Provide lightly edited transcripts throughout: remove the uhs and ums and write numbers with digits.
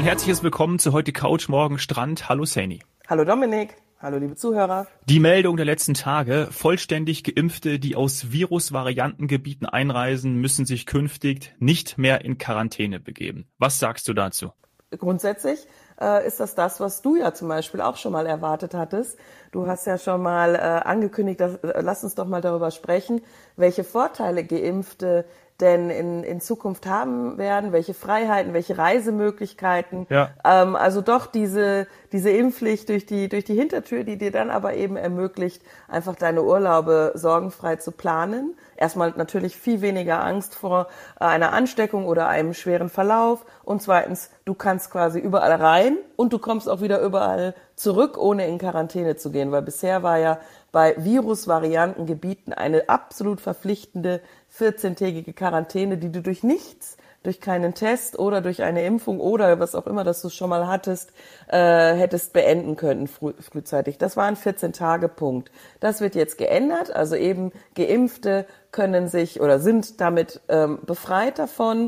Ein herzliches Willkommen zu heute Couch, morgen Strand. Hallo Saini. Hallo Dominik. Hallo liebe Zuhörer. Die Meldung der letzten Tage: Vollständig Geimpfte, die aus Virusvariantengebieten einreisen, müssen sich künftig nicht mehr in Quarantäne begeben. Was sagst du dazu? Grundsätzlich ist das, was du ja zum Beispiel auch schon mal erwartet hattest. Du hast ja schon mal angekündigt, lass uns doch mal darüber sprechen, welche Vorteile Geimpfte denn in Zukunft haben werden, welche Freiheiten, welche Reisemöglichkeiten. Ja. Also doch diese Impfpflicht durch die Hintertür, die dir dann aber eben ermöglicht, einfach deine Urlaube sorgenfrei zu planen. Erstmal natürlich viel weniger Angst vor einer Ansteckung oder einem schweren Verlauf. Und zweitens, du kannst quasi überall rein und du kommst auch wieder überall zurück, ohne in Quarantäne zu gehen. Weil bisher war ja bei Virusvariantengebieten eine absolut verpflichtende 14-tägige Quarantäne, die du durch nichts, durch keinen Test oder durch eine Impfung oder was auch immer, das du schon mal hattest, hättest beenden können frühzeitig. Das war ein 14-Tage-Punkt. Das wird jetzt geändert, also eben Geimpfte können sich oder sind damit befreit davon.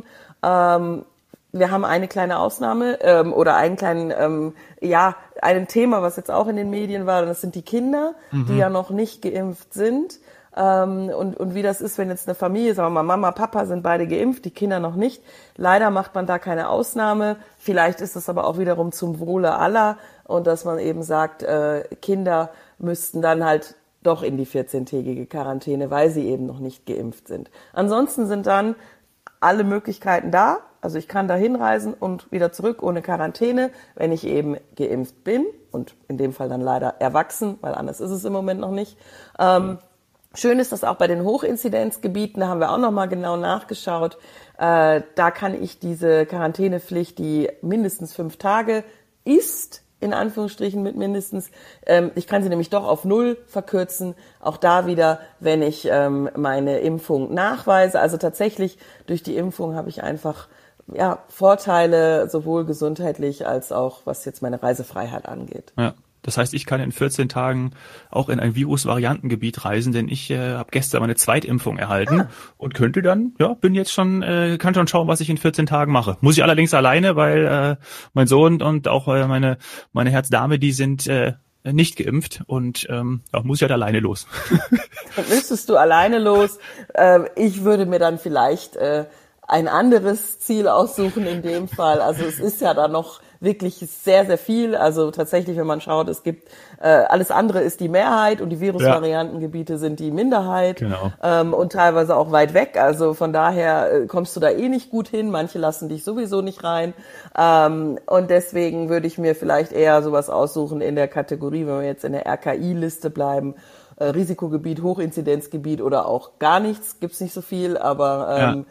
Wir haben eine kleine Ausnahme oder einen kleinen, ein Thema, was jetzt auch in den Medien war, das sind die Kinder, die ja noch nicht geimpft sind. Und wie das ist, wenn jetzt eine Familie, sagen wir mal, Mama, Papa sind beide geimpft, die Kinder noch nicht. Leider macht man da keine Ausnahme. Vielleicht ist es aber auch wiederum zum Wohle aller und dass man eben sagt, Kinder müssten dann halt doch in die 14-tägige Quarantäne, weil sie eben noch nicht geimpft sind. Ansonsten sind dann alle Möglichkeiten da. Also ich kann da hinreisen und wieder zurück ohne Quarantäne, wenn ich eben geimpft bin und in dem Fall dann leider erwachsen, weil anders ist es im Moment noch nicht. Schön ist das auch bei den Hochinzidenzgebieten, da haben wir auch nochmal genau nachgeschaut. Da kann ich diese Quarantänepflicht, die mindestens 5 Tage ist, in Anführungsstrichen mit mindestens, ich kann sie nämlich doch auf 0 verkürzen, auch da wieder, wenn ich meine Impfung nachweise. Also tatsächlich durch die Impfung habe ich einfach Vorteile, sowohl gesundheitlich als auch was jetzt meine Reisefreiheit angeht. Ja. Das heißt, ich kann in 14 Tagen auch in ein Virusvariantengebiet reisen, denn ich habe gestern meine Zweitimpfung erhalten und könnte dann, kann schon schauen, was ich in 14 Tagen mache. Muss ich allerdings alleine, weil mein Sohn und auch meine Herzdame, die sind nicht geimpft und muss ich halt alleine los. Dann müsstest du alleine los. Ich würde mir dann vielleicht ein anderes Ziel aussuchen in dem Fall. Also es ist ja da noch wirklich sehr, sehr viel. Also tatsächlich, wenn man schaut, es gibt alles andere ist die Mehrheit und die Virusvariantengebiete sind die Minderheit. Genau. Und teilweise auch weit weg. Also von daher kommst du da eh nicht gut hin. Manche lassen dich sowieso nicht rein. Und deswegen würde ich mir vielleicht eher sowas aussuchen in der Kategorie, wenn wir jetzt in der RKI-Liste bleiben, Risikogebiet, Hochinzidenzgebiet oder auch gar nichts, gibt's nicht so viel, aber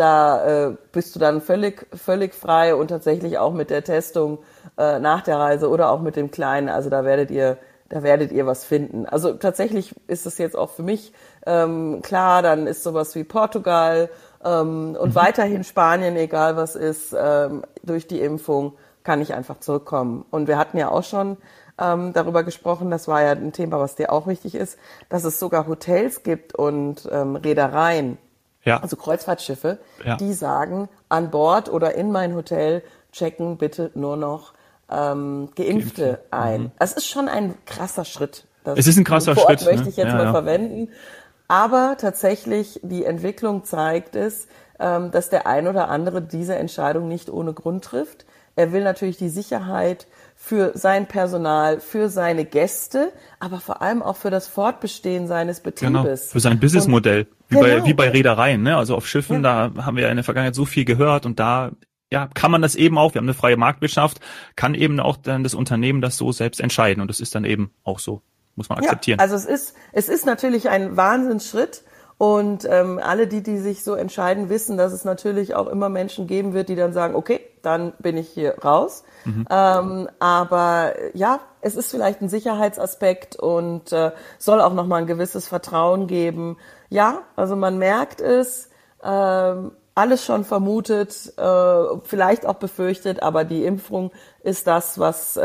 da bist du dann völlig frei und tatsächlich auch mit der Testung nach der Reise oder auch mit dem Kleinen. Also da werdet ihr was finden. Also tatsächlich ist es jetzt auch für mich klar, dann ist sowas wie Portugal und weiterhin Spanien, egal was ist, durch die Impfung kann ich einfach zurückkommen. Und wir hatten ja auch schon darüber gesprochen, das war ja ein Thema, was dir auch wichtig ist, dass es sogar Hotels gibt und Reedereien, also Kreuzfahrtschiffe, die sagen, an Bord oder in mein Hotel checken bitte nur noch Geimpfte ein. Das ist schon ein krasser Schritt. Es ist ein krasser Wort Schritt. Möchte ich jetzt mal verwenden. Aber tatsächlich, die Entwicklung zeigt es, dass der ein oder andere diese Entscheidung nicht ohne Grund trifft. Er will natürlich die Sicherheit für sein Personal, für seine Gäste, aber vor allem auch für das Fortbestehen seines Betriebes. Genau, für sein Businessmodell, wie bei Reedereien, ne? Also auf Schiffen, da haben wir ja in der Vergangenheit so viel gehört und da kann man das eben auch, wir haben eine freie Marktwirtschaft, kann eben auch dann das Unternehmen das so selbst entscheiden und das ist dann eben auch so, muss man akzeptieren. Ja, also es ist natürlich ein Wahnsinnsschritt. Und alle, die sich so entscheiden, wissen, dass es natürlich auch immer Menschen geben wird, die dann sagen, okay, dann bin ich hier raus. Aber es ist vielleicht ein Sicherheitsaspekt und soll auch nochmal ein gewisses Vertrauen geben. Ja, also man merkt es, alles schon vermutet, vielleicht auch befürchtet, aber die Impfung ist das, was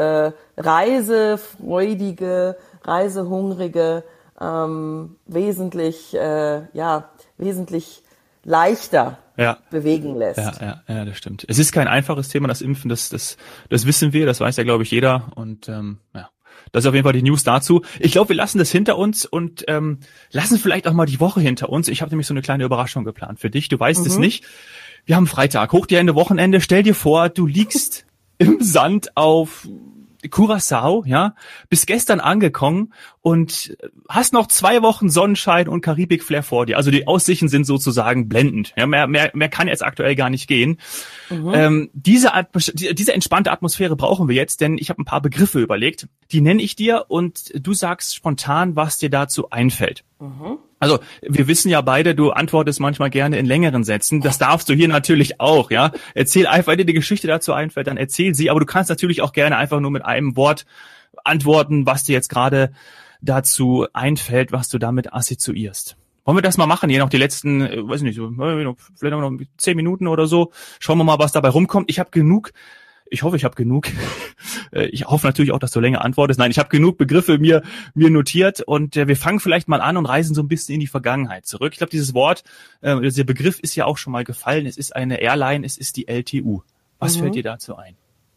reisefreudige, reisehungrige wesentlich leichter bewegen lässt. Ja, das stimmt. Es ist kein einfaches Thema, das Impfen, das wissen wir, das weiß ja, glaube ich, jeder. Und das ist auf jeden Fall die News dazu. Ich glaube, wir lassen das hinter uns und lassen vielleicht auch mal die Woche hinter uns. Ich habe nämlich so eine kleine Überraschung geplant für dich. Du weißt es nicht. Wir haben Freitag, hoch die Hände, Wochenende. Stell dir vor, du liegst im Sand auf Curaçao, ja, bist gestern angekommen und hast noch 2 Wochen Sonnenschein und Karibik-Flair vor dir. Also die Aussichten sind sozusagen blendend. Ja, mehr kann jetzt aktuell gar nicht gehen. Diese entspannte Atmosphäre brauchen wir jetzt, denn ich habe ein paar Begriffe überlegt. Die nenne ich dir und du sagst spontan, was dir dazu einfällt. Also wir wissen ja beide, du antwortest manchmal gerne in längeren Sätzen. Das darfst du hier natürlich auch, ja. Erzähl einfach, wenn dir die Geschichte dazu einfällt, dann erzähl sie. Aber du kannst natürlich auch gerne einfach nur mit einem Wort antworten, was dir jetzt gerade dazu einfällt, was du damit assoziierst. Wollen wir das mal machen? Hier noch die letzten, weiß nicht, so, vielleicht noch 10 Minuten oder so. Schauen wir mal, was dabei rumkommt. Ich habe genug. Ich hoffe, ich habe genug. Ich hoffe natürlich auch, dass du länger antwortest. Nein, ich habe genug Begriffe mir notiert und wir fangen vielleicht mal an und reisen so ein bisschen in die Vergangenheit zurück. Ich glaube, dieses Wort, dieser Begriff ist ja auch schon mal gefallen. Es ist eine Airline, es ist die LTU. Was fällt dir dazu ein?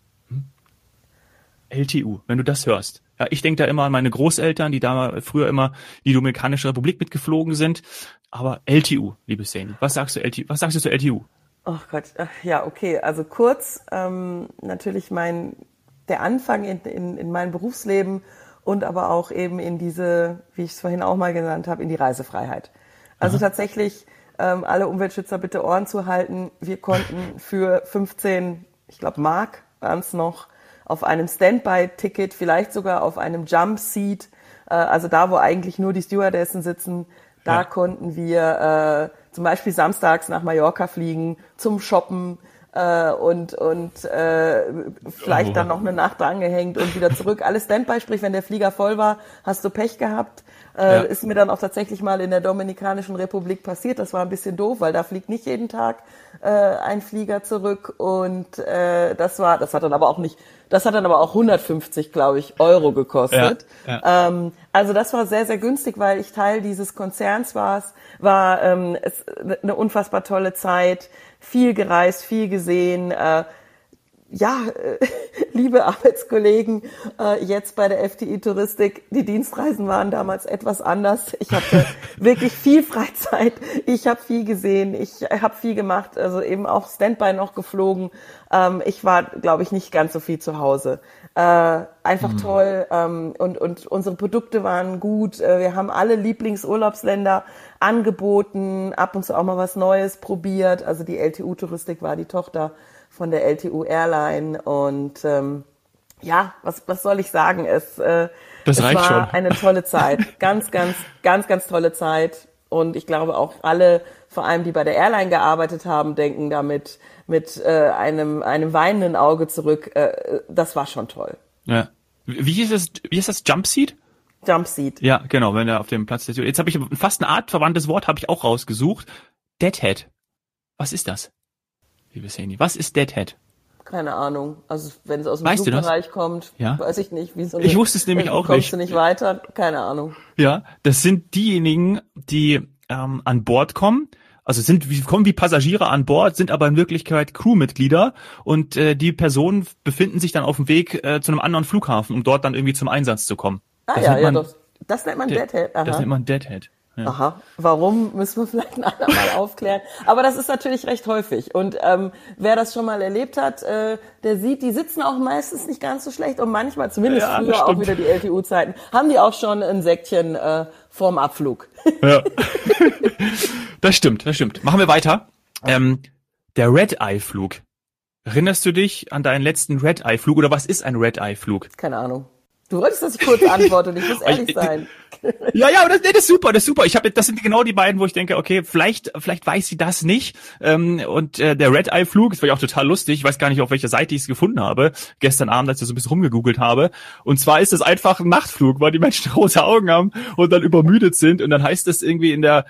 LTU, wenn du das hörst. Ja, ich denke da immer an meine Großeltern, die da früher immer die Dominikanische Republik mitgeflogen sind. Aber LTU, liebe Saini, was sagst du LTU? Was sagst du zu LTU? Oh Gott, ja, okay. Also kurz, natürlich der Anfang in meinem Berufsleben und aber auch eben in diese, wie ich es vorhin auch mal genannt habe, in die Reisefreiheit. Also tatsächlich, alle Umweltschützer bitte Ohren zu halten. Wir konnten für 15, ich glaube Mark waren es noch, auf einem Standby-Ticket, vielleicht sogar auf einem Jump-Seat, also da, wo eigentlich nur die Stewardessen sitzen, da konnten wir zum Beispiel samstags nach Mallorca fliegen, zum Shoppen und vielleicht dann noch eine Nacht angehängt und wieder zurück. Alles Standby, sprich, wenn der Flieger voll war, hast du Pech gehabt. Ist mir dann auch tatsächlich mal in der Dominikanischen Republik passiert. Das war ein bisschen doof, weil da fliegt nicht jeden Tag ein Flieger zurück und das hat dann aber auch 150, glaube ich, Euro gekostet. Also das war sehr, sehr günstig, weil ich Teil dieses Konzerns war es eine unfassbar tolle Zeit, viel gereist, viel gesehen, liebe Arbeitskollegen, jetzt bei der FTI Touristik, die Dienstreisen waren damals etwas anders. Ich hatte wirklich viel Freizeit, ich habe viel gesehen, ich habe viel gemacht, also eben auch Standby noch geflogen. Ich war, glaube ich, nicht ganz so viel zu Hause. Einfach toll und unsere Produkte waren gut. Wir haben alle Lieblingsurlaubsländer angeboten, ab und zu auch mal was Neues probiert. Also die LTU Touristik war die Tochter von der LTU Airline und was soll ich sagen? Es war schon eine tolle Zeit, ganz tolle Zeit und ich glaube auch alle, vor allem die bei der Airline gearbeitet haben, denken damit mit einem weinenden Auge zurück. Das war schon toll. Ja. Wie ist das Jumpseat? Jumpseat. Ja, genau, wenn er auf dem Platz ist. Jetzt habe ich fast ein artverwandtes Wort habe ich auch rausgesucht. Deadhead. Was ist das? Liebe Saini, was ist Deadhead? Keine Ahnung. Also wenn es aus dem Flugbereich kommt, weiß ich nicht. Ich wusste es nämlich auch nicht. Kommst du nicht weiter? Keine Ahnung. Ja, das sind diejenigen, die an Bord kommen. Also kommen wie Passagiere an Bord, sind aber in Wirklichkeit Crewmitglieder und die Personen befinden sich dann auf dem Weg zu einem anderen Flughafen, um dort dann irgendwie zum Einsatz zu kommen. Das nennt man Deadhead. Aha. Das nennt man Deadhead. Ja. Aha, warum, müssen wir vielleicht ein andermal aufklären. Aber das ist natürlich recht häufig. Und wer das schon mal erlebt hat, der sieht, die sitzen auch meistens nicht ganz so schlecht. Und manchmal, zumindest früher auch wieder die LTU-Zeiten, haben die auch schon ein Säckchen vorm Abflug. Ja. Das stimmt. Machen wir weiter. Der Red-Eye-Flug. Erinnerst du dich an deinen letzten Red-Eye-Flug? Oder was ist ein Red-Eye-Flug? Keine Ahnung. Du wolltest, dass ich kurz antworte und ich muss ehrlich sein. Ja, aber das ist super. Das sind genau die beiden, wo ich denke, okay, vielleicht weiß sie das nicht. Und der Red-Eye-Flug, das war ja auch total lustig. Ich weiß gar nicht, auf welcher Seite ich es gefunden habe. Gestern Abend, als ich so ein bisschen rumgegoogelt habe. Und zwar ist es einfach ein Nachtflug, weil die Menschen rote Augen haben und dann übermüdet sind. Und dann heißt es irgendwie in der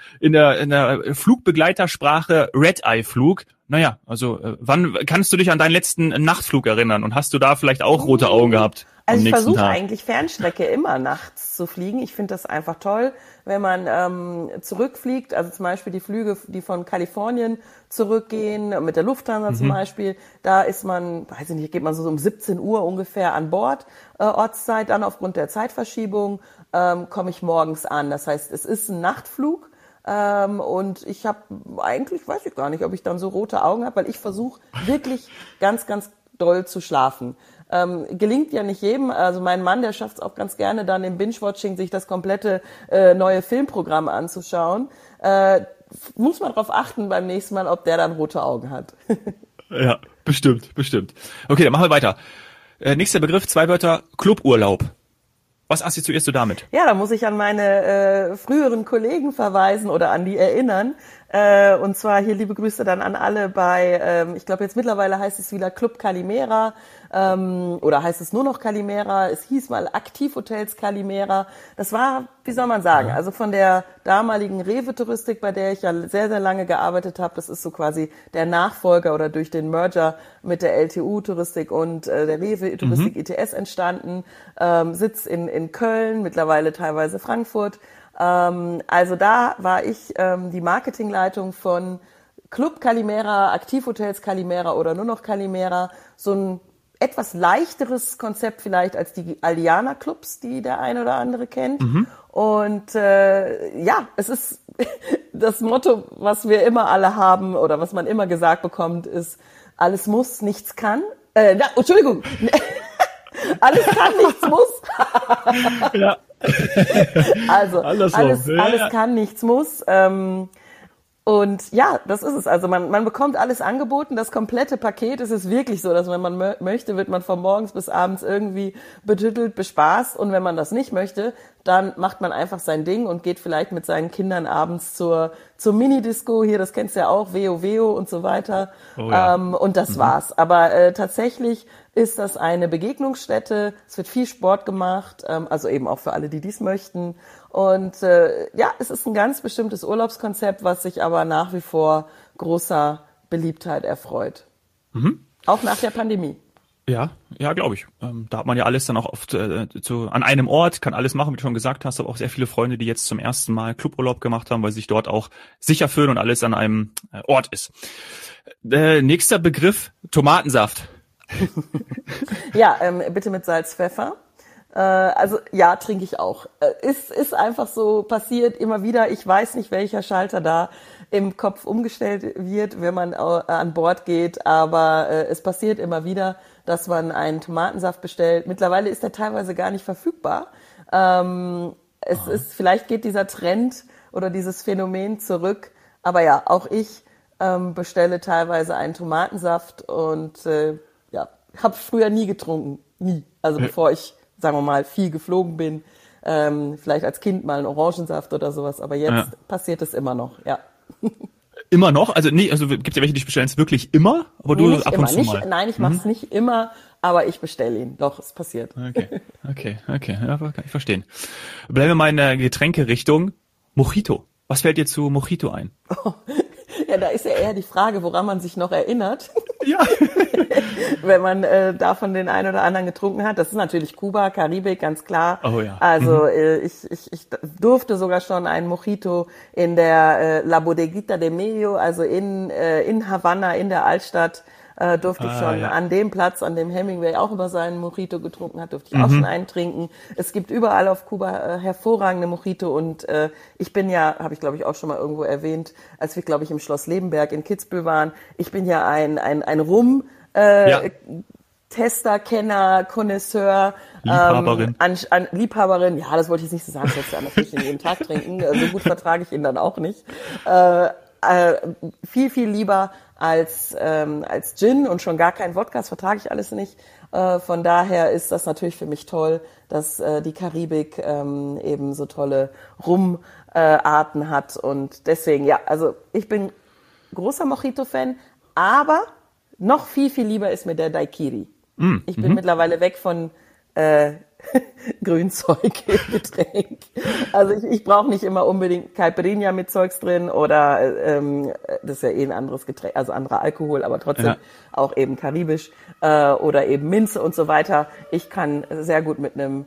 Flugbegleitersprache Red-Eye-Flug. Naja, also wann kannst du dich an deinen letzten Nachtflug erinnern? Und hast du da vielleicht auch rote Augen gehabt? Also am ich nächsten versuche Tag? eigentlich Fernstrecke immer nachts zu fliegen. Ich finde das einfach toll, wenn man zurückfliegt. Also zum Beispiel die Flüge, die von Kalifornien zurückgehen, mit der Lufthansa zum Beispiel. Da ist man, weiß ich nicht, geht man so um 17 Uhr ungefähr an Bord, Ortszeit. Dann aufgrund der Zeitverschiebung komme ich morgens an. Das heißt, es ist ein Nachtflug. Und ich habe eigentlich, weiß ich gar nicht, ob ich dann so rote Augen habe, weil ich versuche wirklich ganz, ganz doll zu schlafen. Gelingt ja nicht jedem. Also mein Mann, der schafft es auch ganz gerne, dann im Binge-Watching sich das komplette neue Filmprogramm anzuschauen. Muss man darauf achten beim nächsten Mal, ob der dann rote Augen hat. Ja, bestimmt. Okay, dann machen wir weiter. Nächster Begriff, 2 Wörter, Cluburlaub. Was assoziierst du damit? Ja, da muss ich an meine früheren Kollegen verweisen oder an die erinnern. Und zwar hier liebe Grüße dann an alle bei, ich glaube jetzt mittlerweile heißt es wieder Club Calimera oder heißt es nur noch Calimera. Es hieß mal Aktivhotels Calimera. Das war, wie soll man sagen, also von der damaligen Rewe-Touristik, bei der ich ja sehr, sehr lange gearbeitet habe, das ist so quasi der Nachfolger oder durch den Merger mit der LTU-Touristik und der Rewe-Touristik ITS entstanden. Sitz in Köln, mittlerweile teilweise Frankfurt. Also da war ich die Marketingleitung von Club Calimera, Aktivhotels Calimera oder nur noch Calimera. So ein etwas leichteres Konzept vielleicht als die Aldiana Clubs, die der ein oder andere kennt. Und ja, es ist das Motto, was wir immer alle haben oder was man immer gesagt bekommt, ist: Alles muss, nichts kann. Entschuldigung. Alles kann, nichts muss. Ja. Also alles kann, nichts muss. Und ja, das ist es. Also man bekommt alles angeboten, das komplette Paket. Es ist wirklich so, dass wenn man möchte, wird man von morgens bis abends irgendwie betüttelt, bespaßt. Und wenn man das nicht möchte, dann macht man einfach sein Ding und geht vielleicht mit seinen Kindern abends zur Minidisco. Hier, das kennst du ja auch, Veo Veo und so weiter. Oh ja. Und das war's. Aber tatsächlich ist das eine Begegnungsstätte. Es wird viel Sport gemacht, also eben auch für alle, die dies möchten. Und ja, es ist ein ganz bestimmtes Urlaubskonzept, was sich aber nach wie vor großer Beliebtheit erfreut. Auch nach der Pandemie. Ja, glaube ich. Da hat man ja alles dann auch oft an einem Ort, kann alles machen, wie du schon gesagt hast, aber auch sehr viele Freunde, die jetzt zum ersten Mal Cluburlaub gemacht haben, weil sie sich dort auch sicher fühlen und alles an einem Ort ist. Nächster Begriff, Tomatensaft. Ja, bitte mit Salz, Pfeffer. Also ja, trinke ich auch. Ist einfach so passiert immer wieder. Ich weiß nicht, welcher Schalter da im Kopf umgestellt wird, wenn man an Bord geht, aber es passiert immer wieder, dass man einen Tomatensaft bestellt. Mittlerweile ist der teilweise gar nicht verfügbar. Vielleicht geht dieser Trend oder dieses Phänomen zurück, aber ja, auch ich bestelle teilweise einen Tomatensaft und ja, habe früher nie getrunken, nie. Also bevor ich, sagen wir mal, viel geflogen bin, vielleicht als Kind mal einen Orangensaft oder sowas, aber jetzt passiert es immer noch, ja. Immer noch? Also gibt's ja welche, die bestellen es wirklich immer, aber du ab und zu mal. Nein, ich mache es nicht immer, aber ich bestelle ihn. Doch, es passiert. Okay. Ja, kann ich verstehen. Bleiben wir mal in der Getränkerichtung. Mojito. Was fällt dir zu Mojito ein? Ja, da ist ja eher die Frage, woran man sich noch erinnert. Ja. Wenn man davon den einen oder anderen getrunken hat. Das ist natürlich Kuba, Karibik, ganz klar. Oh ja. Also ich durfte sogar schon einen Mojito in der La Bodeguita de Medio, also in Havanna, in der Altstadt, durfte ich schon an dem Platz, an dem Hemingway auch über seinen Mojito getrunken hat, durfte ich auch schon einen trinken. Es gibt überall auf Kuba hervorragende Mojito und ich bin ja, habe ich glaube ich auch schon mal irgendwo erwähnt, als wir glaube ich im Schloss Lebenberg in Kitzbühel waren, ich bin ja ein Rum Tester, Kenner, Connoisseur, Liebhaberin. Liebhaberin, ja, das wollte ich jetzt nicht so sagen, dass wir natürlich jeden Tag trinken, so gut vertrage ich ihn dann auch nicht. Viel lieber als Gin und schon gar kein Wodka, das vertrage ich alles nicht. Von daher ist das natürlich für mich toll, dass die Karibik eben so tolle Rumarten hat und deswegen, ja, also ich bin großer Mojito-Fan, aber noch viel lieber ist mir der Daiquiri. Ich bin mittlerweile weg von Grünzeug im Getränk. Also ich brauche nicht immer unbedingt Caipirinha mit Zeugs drin oder das ist ja ein anderes Getränk, also anderer Alkohol, aber trotzdem auch eben karibisch oder eben Minze und so weiter. Ich kann sehr gut mit einem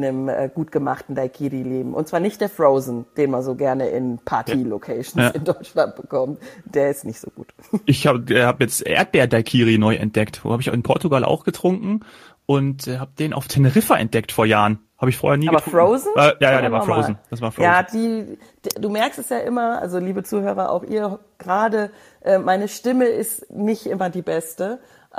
gut gemachten Daiquiri leben. Und zwar nicht der Frozen, den man so gerne in Party-Locations in Deutschland bekommt. Der ist nicht so gut. Ich hab jetzt Erdbeer-Daiquiri neu entdeckt. Wo habe ich in Portugal auch getrunken und habe den auf Teneriffa entdeckt vor Jahren. Habe ich vorher nie getrunken. Aber Frozen? Ja, der war Frozen. Das war Frozen. Ja, du merkst es ja immer, also liebe Zuhörer, auch ihr gerade, meine Stimme ist nicht immer die beste.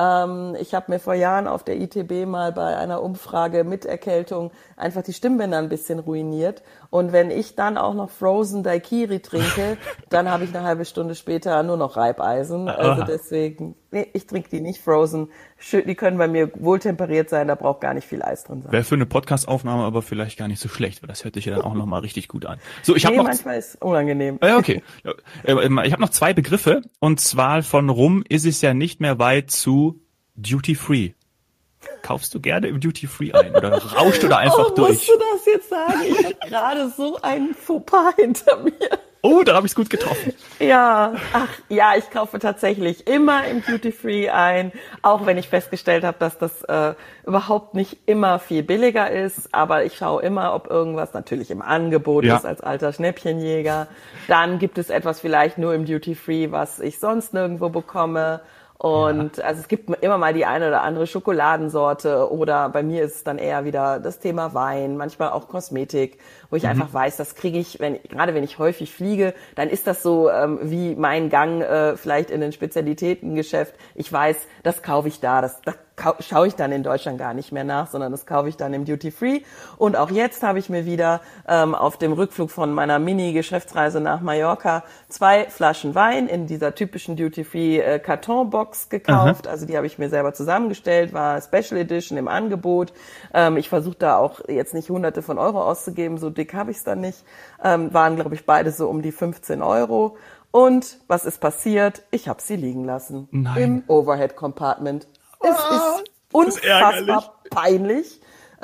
Ich habe mir vor Jahren auf der ITB mal bei einer Umfrage mit Erkältung einfach die Stimmbänder ein bisschen ruiniert. Und wenn ich dann auch noch Frozen Daiquiri trinke, dann habe ich eine halbe Stunde später nur noch Reibeisen. Also deswegen, nee, ich trinke die nicht Frozen. Die können bei mir wohltemperiert sein, da braucht gar nicht viel Eis drin sein. Wäre für eine Podcast-Aufnahme aber vielleicht gar nicht so schlecht, weil das hört sich ja dann auch nochmal richtig gut an. So, manchmal ist es unangenehm. Ja, okay. Ich habe noch zwei Begriffe, und zwar von Rum ist es ja nicht mehr weit zu Duty Free. Kaufst du gerne im Duty Free ein oder rauscht du da einfach durch? Musst du das jetzt sagen? Ich habe gerade so einen Fauxpas hinter mir. Oh, da habe ich's gut getroffen. Ja, ich kaufe tatsächlich immer im Duty Free ein, auch wenn ich festgestellt habe, dass das überhaupt nicht immer viel billiger ist, aber ich schaue immer, ob irgendwas natürlich im Angebot ist als alter Schnäppchenjäger. Dann gibt es etwas vielleicht nur im Duty Free, was ich sonst nirgendwo bekomme. Und also es gibt immer mal die eine oder andere Schokoladensorte oder bei mir ist es dann eher wieder das Thema Wein, manchmal auch Kosmetik, wo ich einfach weiß, das kriege ich, gerade wenn ich häufig fliege, dann ist das so wie mein Gang vielleicht in ein Spezialitätengeschäft. Ich weiß, das kaufe ich da, das schaue ich dann in Deutschland gar nicht mehr nach, sondern das kaufe ich dann im Duty Free. Und auch jetzt habe ich mir wieder auf dem Rückflug von meiner Mini-Geschäftsreise nach Mallorca 2 Flaschen Wein in dieser typischen Duty Free Kartonbox gekauft. Also die habe ich mir selber zusammengestellt, war Special Edition im Angebot. Ich versuche da auch jetzt nicht Hunderte von Euro auszugeben, so dick habe ich es dann nicht. Waren, glaube ich, beide so um die 15 Euro. Und was ist passiert? Ich habe sie liegen lassen. Nein. Im Overhead Compartment. Es ist unfassbar peinlich.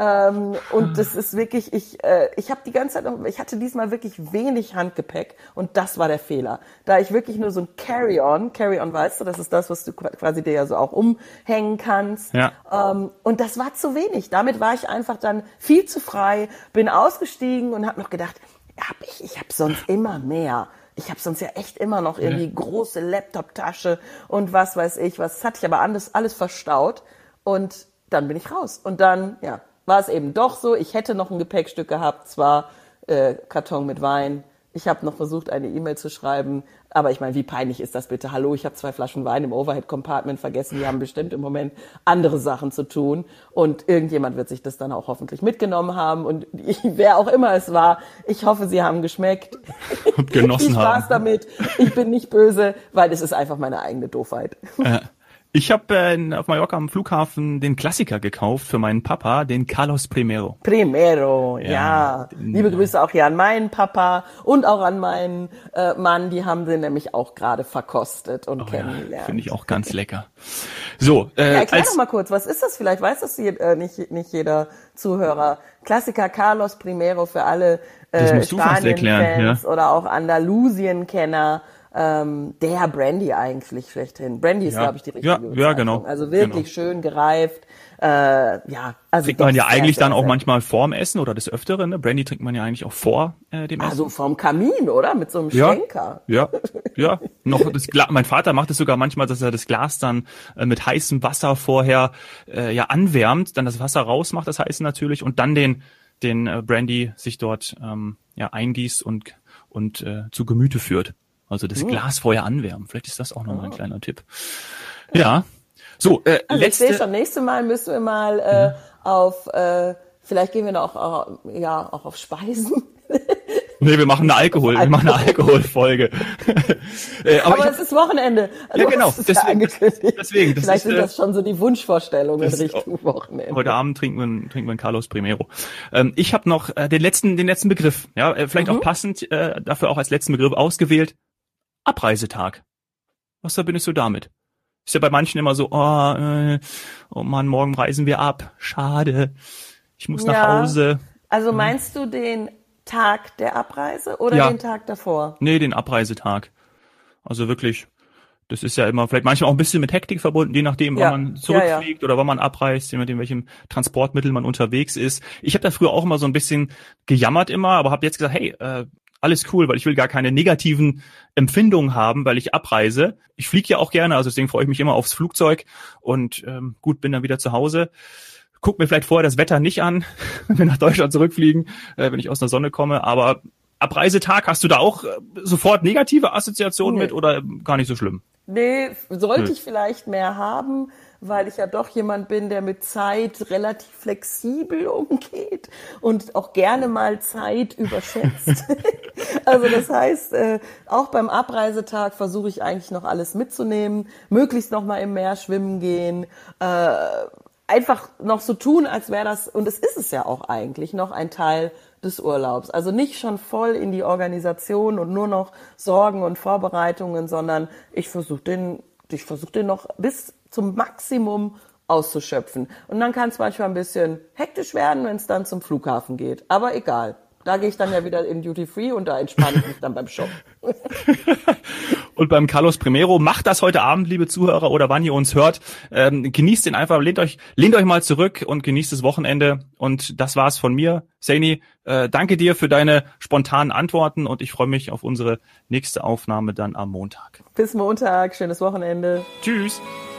Und das ist wirklich, ich habe die ganze Zeit, ich hatte diesmal wirklich wenig Handgepäck und das war der Fehler. Da ich wirklich nur so ein Carry-on, weißt du, das ist das, was du quasi dir ja so auch umhängen kannst. Ja. Und das war zu wenig. Damit war ich einfach dann viel zu frei, bin ausgestiegen und habe noch gedacht, ich habe sonst immer mehr. Ich habe sonst ja echt immer noch irgendwie große Laptop-Tasche und was weiß ich was. Das hatte ich aber alles verstaut und dann bin ich raus. Und dann, war es eben doch so. Ich hätte noch ein Gepäckstück gehabt, zwar Karton mit Wein. Ich habe noch versucht, eine E-Mail zu schreiben. Aber ich meine, wie peinlich ist das bitte? Hallo, ich habe 2 Flaschen Wein im Overhead-Compartment vergessen. Die haben bestimmt im Moment andere Sachen zu tun. Und irgendjemand wird sich das dann auch hoffentlich mitgenommen haben. Und wer auch immer es war, ich hoffe, sie haben geschmeckt. Und genossen haben. Viel Spaß damit. Ich bin nicht böse, weil es ist einfach meine eigene Doofheit. Ich habe auf Mallorca am Flughafen den Klassiker gekauft für meinen Papa, den Carlos Primero. Ja. Liebe Grüße auch hier an meinen Papa und auch an meinen Mann. Die haben den nämlich auch gerade verkostet und kennengelernt. Ja, finde ich auch ganz lecker. So, erklär doch mal kurz, was ist das? Vielleicht weiß das nicht jeder Zuhörer. Klassiker Carlos Primero für alle Spanien-Fans oder auch Andalusien-Kenner. Der Brandy eigentlich schlechthin. Brandy ist, glaube ich, die richtige Bezeichnung. Ja, genau. Also wirklich schön gereift. Also trinkt man ja eigentlich dann auch manchmal vorm Essen oder des Öfteren. Ne? Brandy trinkt man ja eigentlich auch vor dem Essen. Also vorm Kamin, oder? Mit so einem Schwenker. Ja. Noch mein Vater macht es sogar manchmal, dass er das Glas dann mit heißem Wasser vorher anwärmt, dann das Wasser rausmacht, das Heiße natürlich, und dann den Brandy sich dort eingießt und zu Gemüte führt. Also das Glas vorher anwärmen. Vielleicht ist das auch nochmal ein kleiner Tipp. Ja. So, also ich sehe schon, nächstes Mal müssen wir mal vielleicht gehen wir noch auch auf Speisen. Nee, wir machen eine Alkoholfolge. aber es ist Wochenende. Also ja, genau. Deswegen. Vielleicht sind das schon so die Wunschvorstellungen Richtung Wochenende. Heute Abend trinken wir einen Carlos Primero. Ich habe noch den letzten Begriff. Ja, vielleicht auch passend, dafür auch als letzten Begriff ausgewählt. Abreisetag. Was verbindest du damit? Ist ja bei manchen immer so, oh Mann, morgen reisen wir ab. Schade. ich muss nach Hause. Also meinst du den Tag der Abreise oder den Tag davor? Nee, den Abreisetag. Also wirklich, das ist ja immer vielleicht manchmal auch ein bisschen mit Hektik verbunden, je nachdem, wann man zurückfliegt oder wann man abreist, je nachdem, welchem Transportmittel man unterwegs ist. Ich habe da früher auch immer so ein bisschen gejammert immer, aber habe jetzt gesagt, hey, alles cool, weil ich will gar keine negativen Empfindungen haben, weil ich abreise. Ich fliege ja auch gerne, also deswegen freue ich mich immer aufs Flugzeug und gut, bin dann wieder zu Hause. Guck mir vielleicht vorher das Wetter nicht an, wenn wir nach Deutschland zurückfliegen, wenn ich aus der Sonne komme, aber Abreisetag, hast du da auch sofort negative Assoziationen mit oder gar nicht so schlimm? Nee, sollte ich vielleicht mehr haben, weil ich ja doch jemand bin, der mit Zeit relativ flexibel umgeht und auch gerne mal Zeit überschätzt. Also das heißt, auch beim Abreisetag versuche ich eigentlich noch alles mitzunehmen, möglichst noch mal im Meer schwimmen gehen, einfach noch so tun, als wäre das, und es ist es ja auch eigentlich, noch ein Teil des Urlaubs. Also nicht schon voll in die Organisation und nur noch Sorgen und Vorbereitungen, sondern ich versuche den noch bis zum Maximum auszuschöpfen. Und dann kann es manchmal ein bisschen hektisch werden, wenn es dann zum Flughafen geht. Aber egal. Da gehe ich dann ja wieder in Duty Free und da entspanne ich mich dann beim Shop. Und beim Carlos Primero, macht das heute Abend, liebe Zuhörer, oder wann ihr uns hört. Genießt den einfach, lehnt euch mal zurück und genießt das Wochenende. Und das war's von mir. Saini, danke dir für deine spontanen Antworten und ich freue mich auf unsere nächste Aufnahme dann am Montag. Bis Montag, schönes Wochenende. Tschüss.